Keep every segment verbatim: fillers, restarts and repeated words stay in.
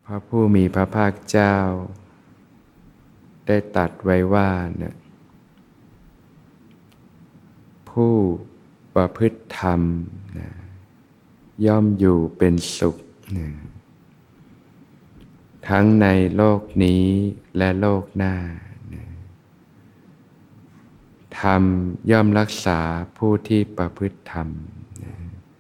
พระผู้มีพระภาคเจ้าได้ตรัสไว้ว่าเนี่ยผู้ประพฤติธรรมนะย่อมอยู่เป็นสุขนะทั้งในโลกนี้และโลกหน้านะธรรมย่อมรักษาผู้ที่ประพฤติธรรมนะ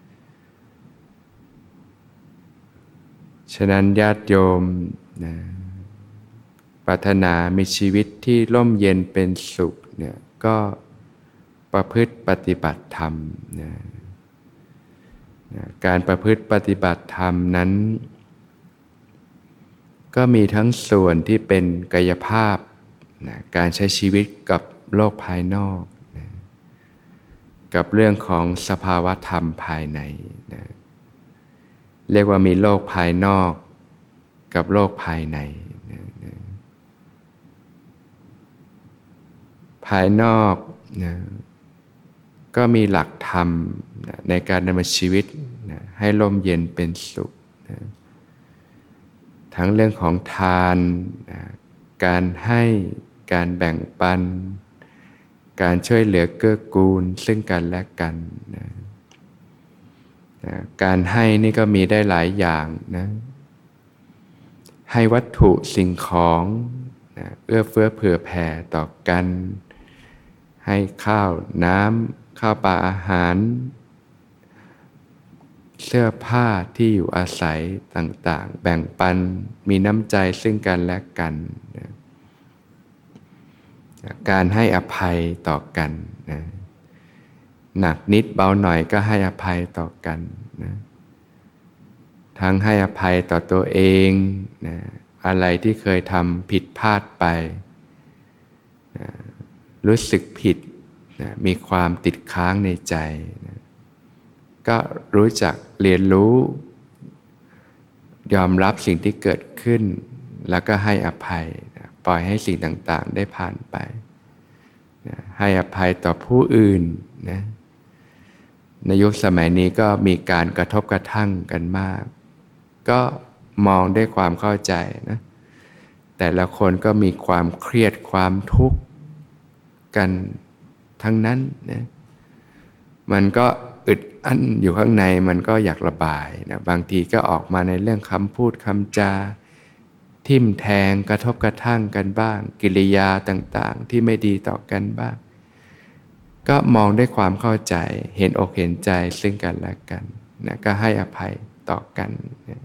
ฉะนั้นญาติโยมนะปรารถนามีชีวิตที่ร่มเย็นเป็นสุขเนี่ยก็ประพฤติปฏิบัติธรรมนะนะการประพฤติปฏิบัติธรรมนั้นก็มีทั้งส่วนที่เป็นกายภาพนะการใช้ชีวิตกับโลกภายนอกนะกับเรื่องของสภาวะธรรมภายในนะเรียกว่ามีโลกภายนอกกับโลกภายในนะนะภายนอกนะก็มีหลักธรรมนะในการดำเนินชีวิตนะให้ร่มเย็นเป็นสุขนะทั้งเรื่องของทานนะการให้การแบ่งปันการช่วยเหลือเกื้อกูลซึ่งกันและกันนะนะการให้นี่ก็มีได้หลายอย่างนะให้วัตถุสิ่งของนะเอื้อเฟื้อเผื่อแผ่ต่อกันให้ข้าวน้ำข้าวปลาอาหารเสื้อผ้าที่อยู่อาศัยต่างๆแบ่งปันมีน้ำใจซึ่งกันและกันนะการให้อภัยต่อกันนะหนักนิดเบาหน่อยก็ให้อภัยต่อกันนะทั้งให้อภัยต่อตัวเองนะอะไรที่เคยทำผิดพลาดไปนะรู้สึกผิดนะมีความติดค้างในใจนะก็รู้จักเรียนรู้ยอมรับสิ่งที่เกิดขึ้นแล้วก็ให้อภัยนะปล่อยให้สิ่งต่างๆได้ผ่านไปนะให้อภัยต่อผู้อื่นนะในยุคสมัยนี้ก็มีการกระทบกระทั่งกันมากก็มองด้วยความเข้าใจนะแต่ละคนก็มีความเครียดความทุกข์กันทั้งนั้นนะมันก็อึดอั้นอยู่ข้างในมันก็อยากระบายนะบางทีก็ออกมาในเรื่องคำพูดคำจาทิ่มแทงกระทบกระทั่งกันบ้างกิริยาต่างๆที่ไม่ดีต่อกันบ้างก็มองด้วยความเข้าใจเห็นอกเห็นใจซึ่งกันและกันนะก็ให้อภัยต่อกันนะ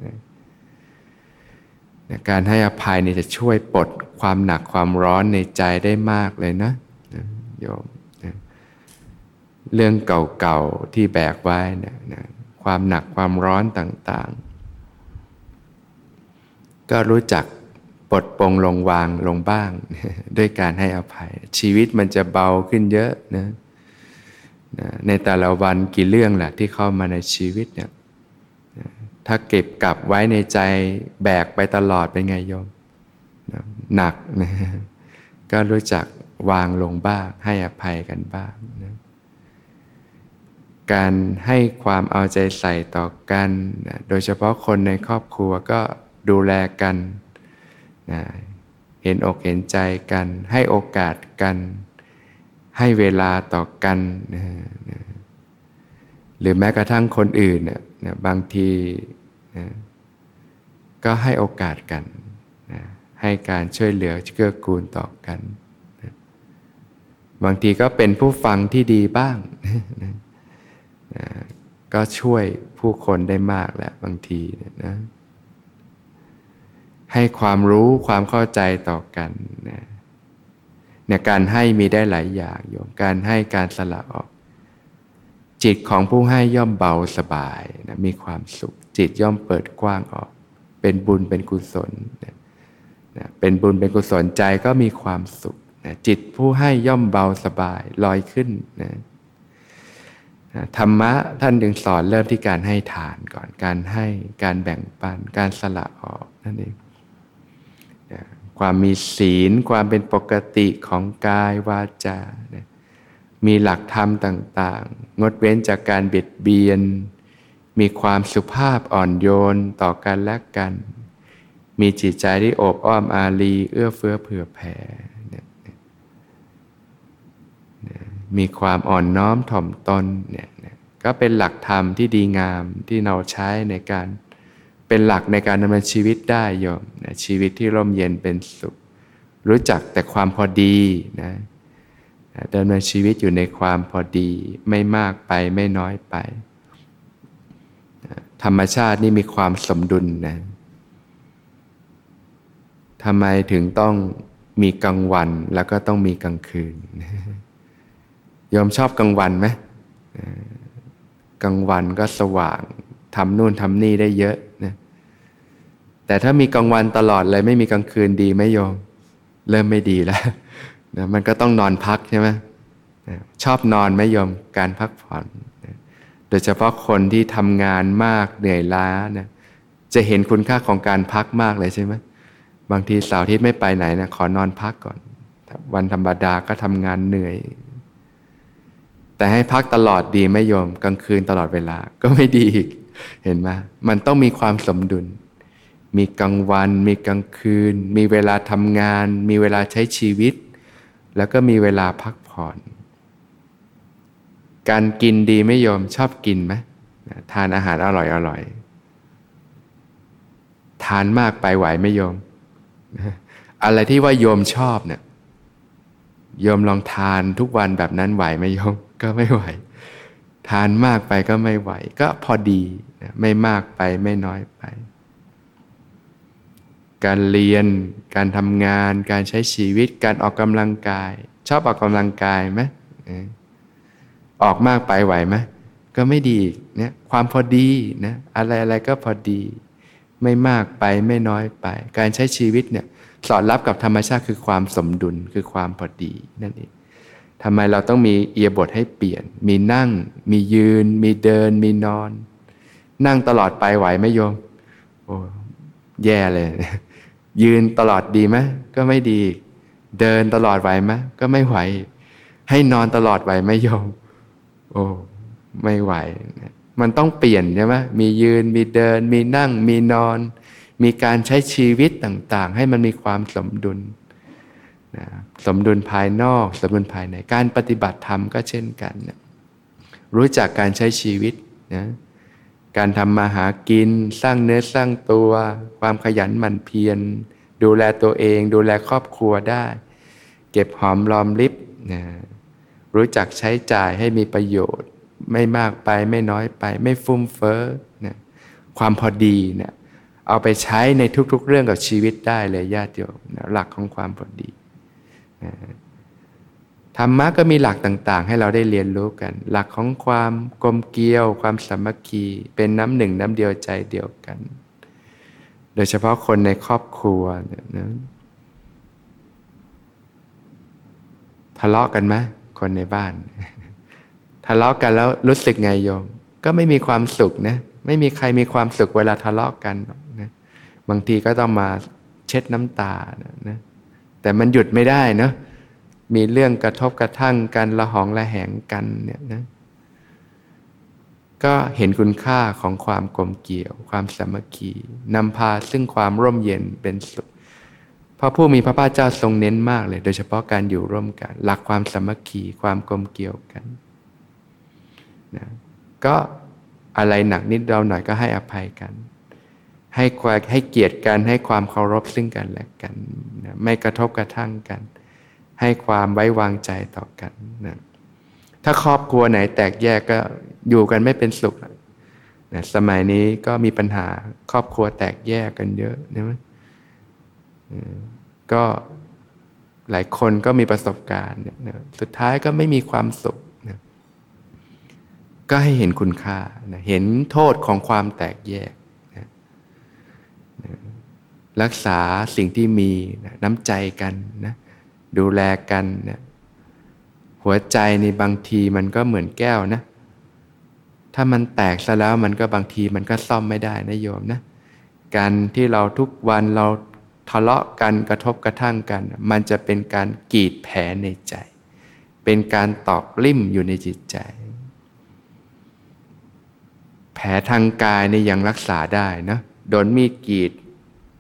นะการให้อภัยนี่จะช่วยปลดความหนักความร้อนในใจได้มากเลยนะนะโยมนะเรื่องเก่าๆที่แบกไว้นะนะความหนักความร้อนต่างๆก็รู้จักปลดปลงลงวางลงบ้างด้วยการให้อภัยชีวิตมันจะเบาขึ้นเยอะนะนะในแต่ละวันกี่เรื่องแหละที่เข้ามาในชีวิตเนี่ยนะถ้าเก็บกลับไว้ในใจแบกไปตลอดเป็นไงโยมนะหนักนะก็รู้จักวางลงบ้างให้อภัยกันบ้างนะการให้ความเอาใจใส่ต่อกันนะโดยเฉพาะคนในครอบครัวก็ดูแลกันนะเห็นอกเห็นใจกันให้โอกาสกันให้เวลาต่อกันนะนะหรือแม้กระทั่งคนอื่นนะนะบางทีนะก็ให้โอกาสกันนะให้การช่วยเหลือเกื้อกูลต่อกันนะบางทีก็เป็นผู้ฟังที่ดีบ้างนะนะนะก็ช่วยผู้คนได้มากแหละบางทีนะให้ความรู้ความเข้าใจต่อกันนะเนี่ยการให้มีได้หลายอย่างโยมการให้การสละออกจิตของผู้ให้ย่อมเบาสบายนะมีความสุขจิตย่อมเปิดกว้างออกเป็นบุญเป็นกุศลนะนะเป็นบุญเป็นกุศลใจก็มีความสุขนะจิตผู้ให้ย่อมเบาสบายลอยขึ้นนะนะธรรมะท่านจึงสอนเริ่มที่การให้ทานก่อนการให้การแบ่งปันการสละออกนั่นเองความมีศีลความเป็นปกติของกายวาจานะมีหลักธรรมต่างๆงดเว้นจากการเบียดเบียนมีความสุภาพอ่อนโยนต่อกันและกันมีจิตใจที่โอบอ้อมอารีเอื้อเฟื้อเผื่อแผ่เนี่ยมีความอ่อนน้อมถ่อมตนเนี่ยก็เป็นหลักธรรมที่ดีงามที่เราใช้ในการเป็นหลักในการดำเนินชีวิตได้โยมนะชีวิตที่ร่มเย็นเป็นสุขรู้จักแต่ความพอดีนะดำเนินชีวิตอยู่ในความพอดีไม่มากไปไม่น้อยไปธรรมชาตินี่มีความสมดุลนะทำไมถึงต้องมีกลางวันแล้วก็ต้องมีกลางคืนโยมชอบกลางวันไหมกลางวันก็สว่างทำนู่นทำนี่ได้เยอะนะแต่ถ้ามีกลางวันตลอดเลยไม่มีกลางคืนดีไหมโยมเริ่มไม่ดีแล้วนะมันก็ต้องนอนพักใช่ไหมนะชอบนอนไหมโยมการพักผ่อนนะโดยเฉพาะคนที่ทำงานมากเหนื่อยล้านะจะเห็นคุณค่าของการพักมากเลยใช่ไหมบางทีเสาร์อาทิตย์ไม่ไปไหนนะขอนอนพักก่อนวันธรรมดาก็ทำงานเหนื่อยแต่ให้พักตลอดดีไหมโยมกลางคืนตลอดเวลาก็ไม่ดีอีกเห็นไหมมันต้องมีความสมดุลมีกลางวันมีกลางคืนมีเวลาทำงานมีเวลาใช้ชีวิตแล้วก็มีเวลาพักผ่อนการกินดีไหมโยมชอบกินไหมทานอาหารอร่อยอร่อยทานมากไปไหวไหมโยมอะไรที่ว่าโยมชอบเนี่ยโยมลองทานทุกวันแบบนั้นไหวไหมโยมก็ไม่ไหวทานมากไปก็ไม่ไหวก็พอดีไม่มากไปไม่น้อยไปการเรียนการทำงานการใช้ชีวิตการออกกำลังกายชอบออกกำลังกายไหมออกมากไปไหวไหมก็ไม่ดีเนี่ยความพอดีนะอะไรอะไรก็พอดีไม่มากไปไม่น้อยไปการใช้ชีวิตเนี่ยสอดรับกับธรรมชาติคือความสมดุลคือความพอดีนั่นเองทำไมเราต้องมีอิริยาบถให้เปลี่ยนมีนั่งมียืนมีเดินมีนอนนั่งตลอดไปไหวไหมโยมโอ้แย่เลยยืนตลอดดีไหมก็ไม่ดีเดินตลอดไหวไหมก็ไม่ไหวให้นอนตลอดไหวไหมโยมโอ้ไม่ไหวมันต้องเปลี่ยนใช่ไหมมียืนมีเดินมีนั่งมีนอนมีการใช้ชีวิตต่างๆให้มันมีความสมดุลนะสมดุลภายนอกสมดุลภายในการปฏิบัติธรรมก็เช่นกันนะรู้จักการใช้ชีวิตนะการทำมาหากินสร้างเนื้อสร้างตัวความขยันหมั่นเพียรดูแลตัวเองดูแลครอบครัวได้เก็บหอมรอมริบนะรู้จักใช้จ่ายให้มีประโยชน์ไม่มากไปไม่น้อยไปไม่ฟุ่มเฟ้อนะความพอดีเนี่ยเอาไปใช้ในทุกๆเรื่องกับชีวิตได้เลยญาติโยมนะหลักของความพอดีนะธรรมะก็มีหลักต่างๆให้เราได้เรียนรู้กันหลักของความกลมเกลียวความสามัคคีเป็นน้ำหนึ่งน้ำเดียวใจเดียวกันโดยเฉพาะคนในครอบครัวเนี่ยนะทะเลาะกันไหมคนในบ้านทะเลาะกันแล้วรู้สึกไงโยมก็ไม่มีความสุขนะไม่มีใครมีความสุขเวลาทะเลาะกันนะบางทีก็ต้องมาเช็ดน้ำตานะแต่มันหยุดไม่ได้เนาะมีเรื่องกระทบกระทั่งกันละหองละแหงกันเนี่ยนะก็เห็นคุณค่าของความกลมเกลี่ยวความสามัคคีนำพาซึ่งความร่มเย็นเป็นสุขพระผู้มีพระภาคเจ้าทรงเน้นมากเลยโดยเฉพาะการอยู่ร่วมกันหลักความสามัคคีความกลมเกลี่ยวกันนะก็อะไรหนักนิดเราหน่อยก็ให้อภัยกันให้ความให้เกียรติกันให้ความเคารพซึ่งกันและกันนะไม่กระทบกระทั่งกันให้ความไว้วางใจต่อกันนะถ้าครอบครัวไหนแตกแยกก็อยู่กันไม่เป็นสุขนะสมัยนี้ก็มีปัญหาครอบครัวแตกแยกกันเยอะนะมั้ยก็หลายคนก็มีประสบการณ์เนี่ยนะสุดท้ายก็ไม่มีความสุขนะก็ให้เห็นคุณค่านะเห็นโทษของความแตกแยกนะนะรักษาสิ่งที่มีนะน้ำใจกันนะดูแลกันนะหัวใจในบางทีมันก็เหมือนแก้วนะถ้ามันแตกซะแล้วมันก็บางทีมันก็ซ่อมไม่ได้นะโยมนะการที่เราทุกวันเราทะเลาะกันกระทบกระทั่งกันมันจะเป็นการกรีดแผลในใจเป็นการตอกลิ่มอยู่ในจิตใจแผลทางกายเนี่ยยังรักษาได้นะโดนมีดกรีด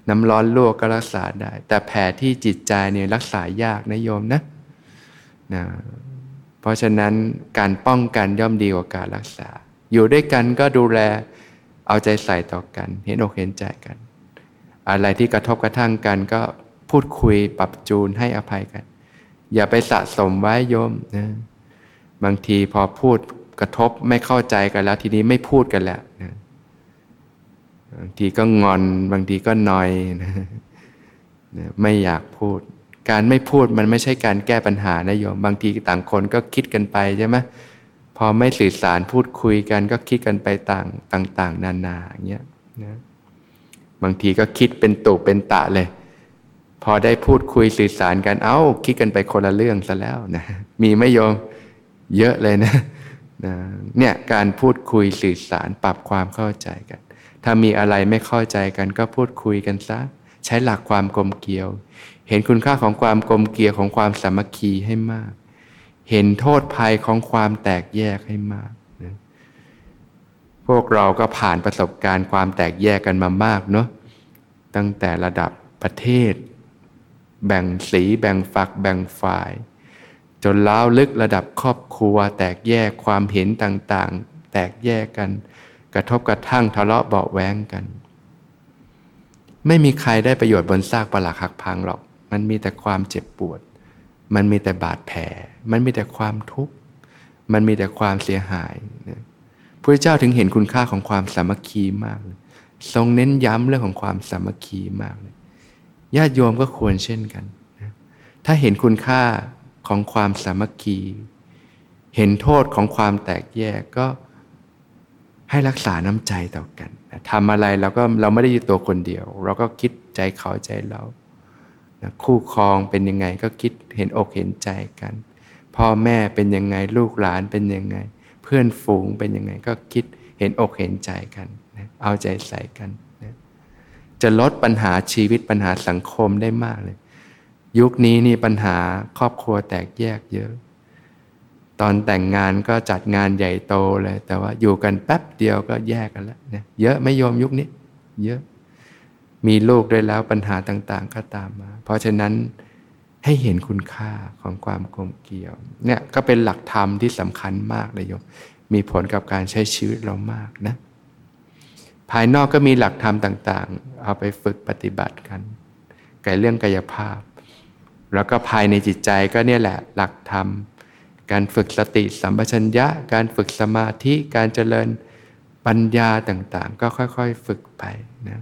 น้ำร้อนลวกก็รักษาได้แต่แผลที่จิตใจเนี่ยรักษายากนะโยมนะนะเพราะฉะนั้นการป้องกันย่อมดีกว่าการรักษาอยู่ด้วยกันก็ดูแลเอาใจใส่ต่อกันเห็นอกเห็นใจกันอะไรที่กระทบกระทั่งกันก็พูดคุยปรับจูนให้อภัยกันอย่าไปสะสมไว้โยมนะบางทีพอพูดกระทบไม่เข้าใจกันแล้วทีนี้ไม่พูดกันแล้วนะบางทีก็งอนบางทีก็นอยนะนะไม่อยากพูดการไม่พูดมันไม่ใช่การแก้ปัญหานะโยมบางทีต่างคนก็คิดกันไปใช่ไหมพอไม่สื่อสารพูดคุยกันก็คิดกันไปต่างต่างๆนานาอย่างเงี้ยนะบางทีก็คิดเป็นตุเป็นตะเลยพอได้พูดคุยสื่อสารกันเอ้าคิดกันไปคนละเรื่องซะแล้วนะมีไหมโยมเยอะเลยนะนะเนี่ยการพูดคุยสื่อสารปรับความเข้าใจกันถ้ามีอะไรไม่เข้าใจกันก็พูดคุยกันซะใช้หลักความกลมเกลียวเห็นคุณค่าของความกลมเกลียวของความสามัคคีให้มากเห็นโทษภัยของความแตกแยกให้มากนะพวกเราก็ผ่านประสบการณ์ความแตกแยกกันมามากเนาะตั้งแต่ระดับประเทศแบ่งสีแบ่งฝักแบ่งฝ่ายจนล้าวลึกระดับครอบครัวแตกแยกความเห็นต่างๆแตกแยกกันกระทบกระทั่งทะเลาะเบาะแว้งกันไม่มีใครได้ประโยชน์บนซากปรักหักพังหรอกมันมีแต่ความเจ็บปวดมันมีแต่บาดแผลมันมีแต่ความทุกข์มันมีแต่ความเสียหายนะพระเจ้าถึงเห็นคุณค่าของความสามัคคีมากเลยทรงเน้นย้ำเรื่องของความสามัคคีมากเลยญาติโยมก็ควรเช่นกันนะถ้าเห็นคุณค่าของความสามัคคีเห็นโทษของความแตกแยกก็ให้รักษาน้ำใจต่อกันนะทำอะไรเราก็เราไม่ได้อยู่ตัวคนเดียวเราก็คิดใจเขาใจเรานะคู่ครองเป็นยังไงก็คิดเห็นอกเห็นใจกันพ่อแม่เป็นยังไงลูกหลานเป็นยังไงเพื่อนฝูงเป็นยังไงก็คิดเห็นอกเห็นใจกันนะเอาใจใส่กันนะจะลดปัญหาชีวิตปัญหาสังคมได้มากเลยยุคนี้นี่ปัญหาครอบครัวแตกแยกเยอะตอนแต่งงานก็จัดงานใหญ่โตเลยแต่ว่าอยู่กันแป๊บเดียวก็แยกกันแล้วนะเยอะไม่โยมยุคนี้เยอะมีลูกด้วยแล้วปัญหาต่างๆก็ตามมาเพราะฉะนั้นให้เห็นคุณค่าของความกลมเกลียวเนี่ยก็เป็นหลักธรรมที่สำคัญมากเลยโยมมีผลกับการใช้ชีวิตเรามากนะภายนอกก็มีหลักธรรมต่างๆเอาไปฝึกปฏิบัติกันในเรื่องกายภาพแล้วก็ภายในจิตใจก็เนี่ยแหละหลักธรรมการฝึกสติสัมปชัญญะการฝึกสมาธิการเจริญปัญญาต่างๆก็ค่อยๆฝึกไปนะ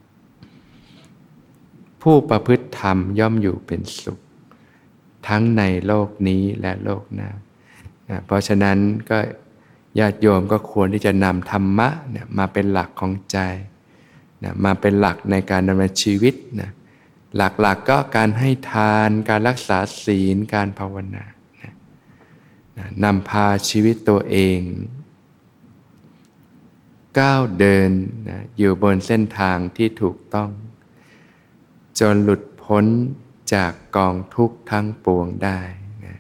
ผู้ประพฤติธรรมย่อมอยู่เป็นสุขทั้งในโลกนี้และโลกหน้านะเพราะฉะนั้นก็ญาติโยมก็ควรที่จะนำธรรมะเนี่ยมาเป็นหลักของใจนะมาเป็นหลักในการดำเนินชีวิตนะหลักๆ ก, ก็การให้ทานการรักษาศีลการภาวนานะนะนำพาชีวิตตัวเองก้าวเดินนะอยู่บนเส้นทางที่ถูกต้องจนหลุดพ้นจากกองทุกข์ทั้งปวงได้นะ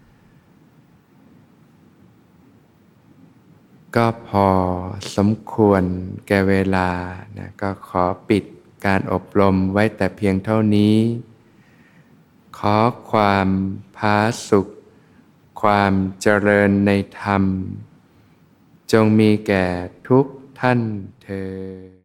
ก็พอสมควรแก่เวลานะก็ขอปิดการอบรมไว้แต่เพียงเท่านี้ขอความผาสุกความเจริญในธรรมจงมีแก่ทุกท่านเทอญ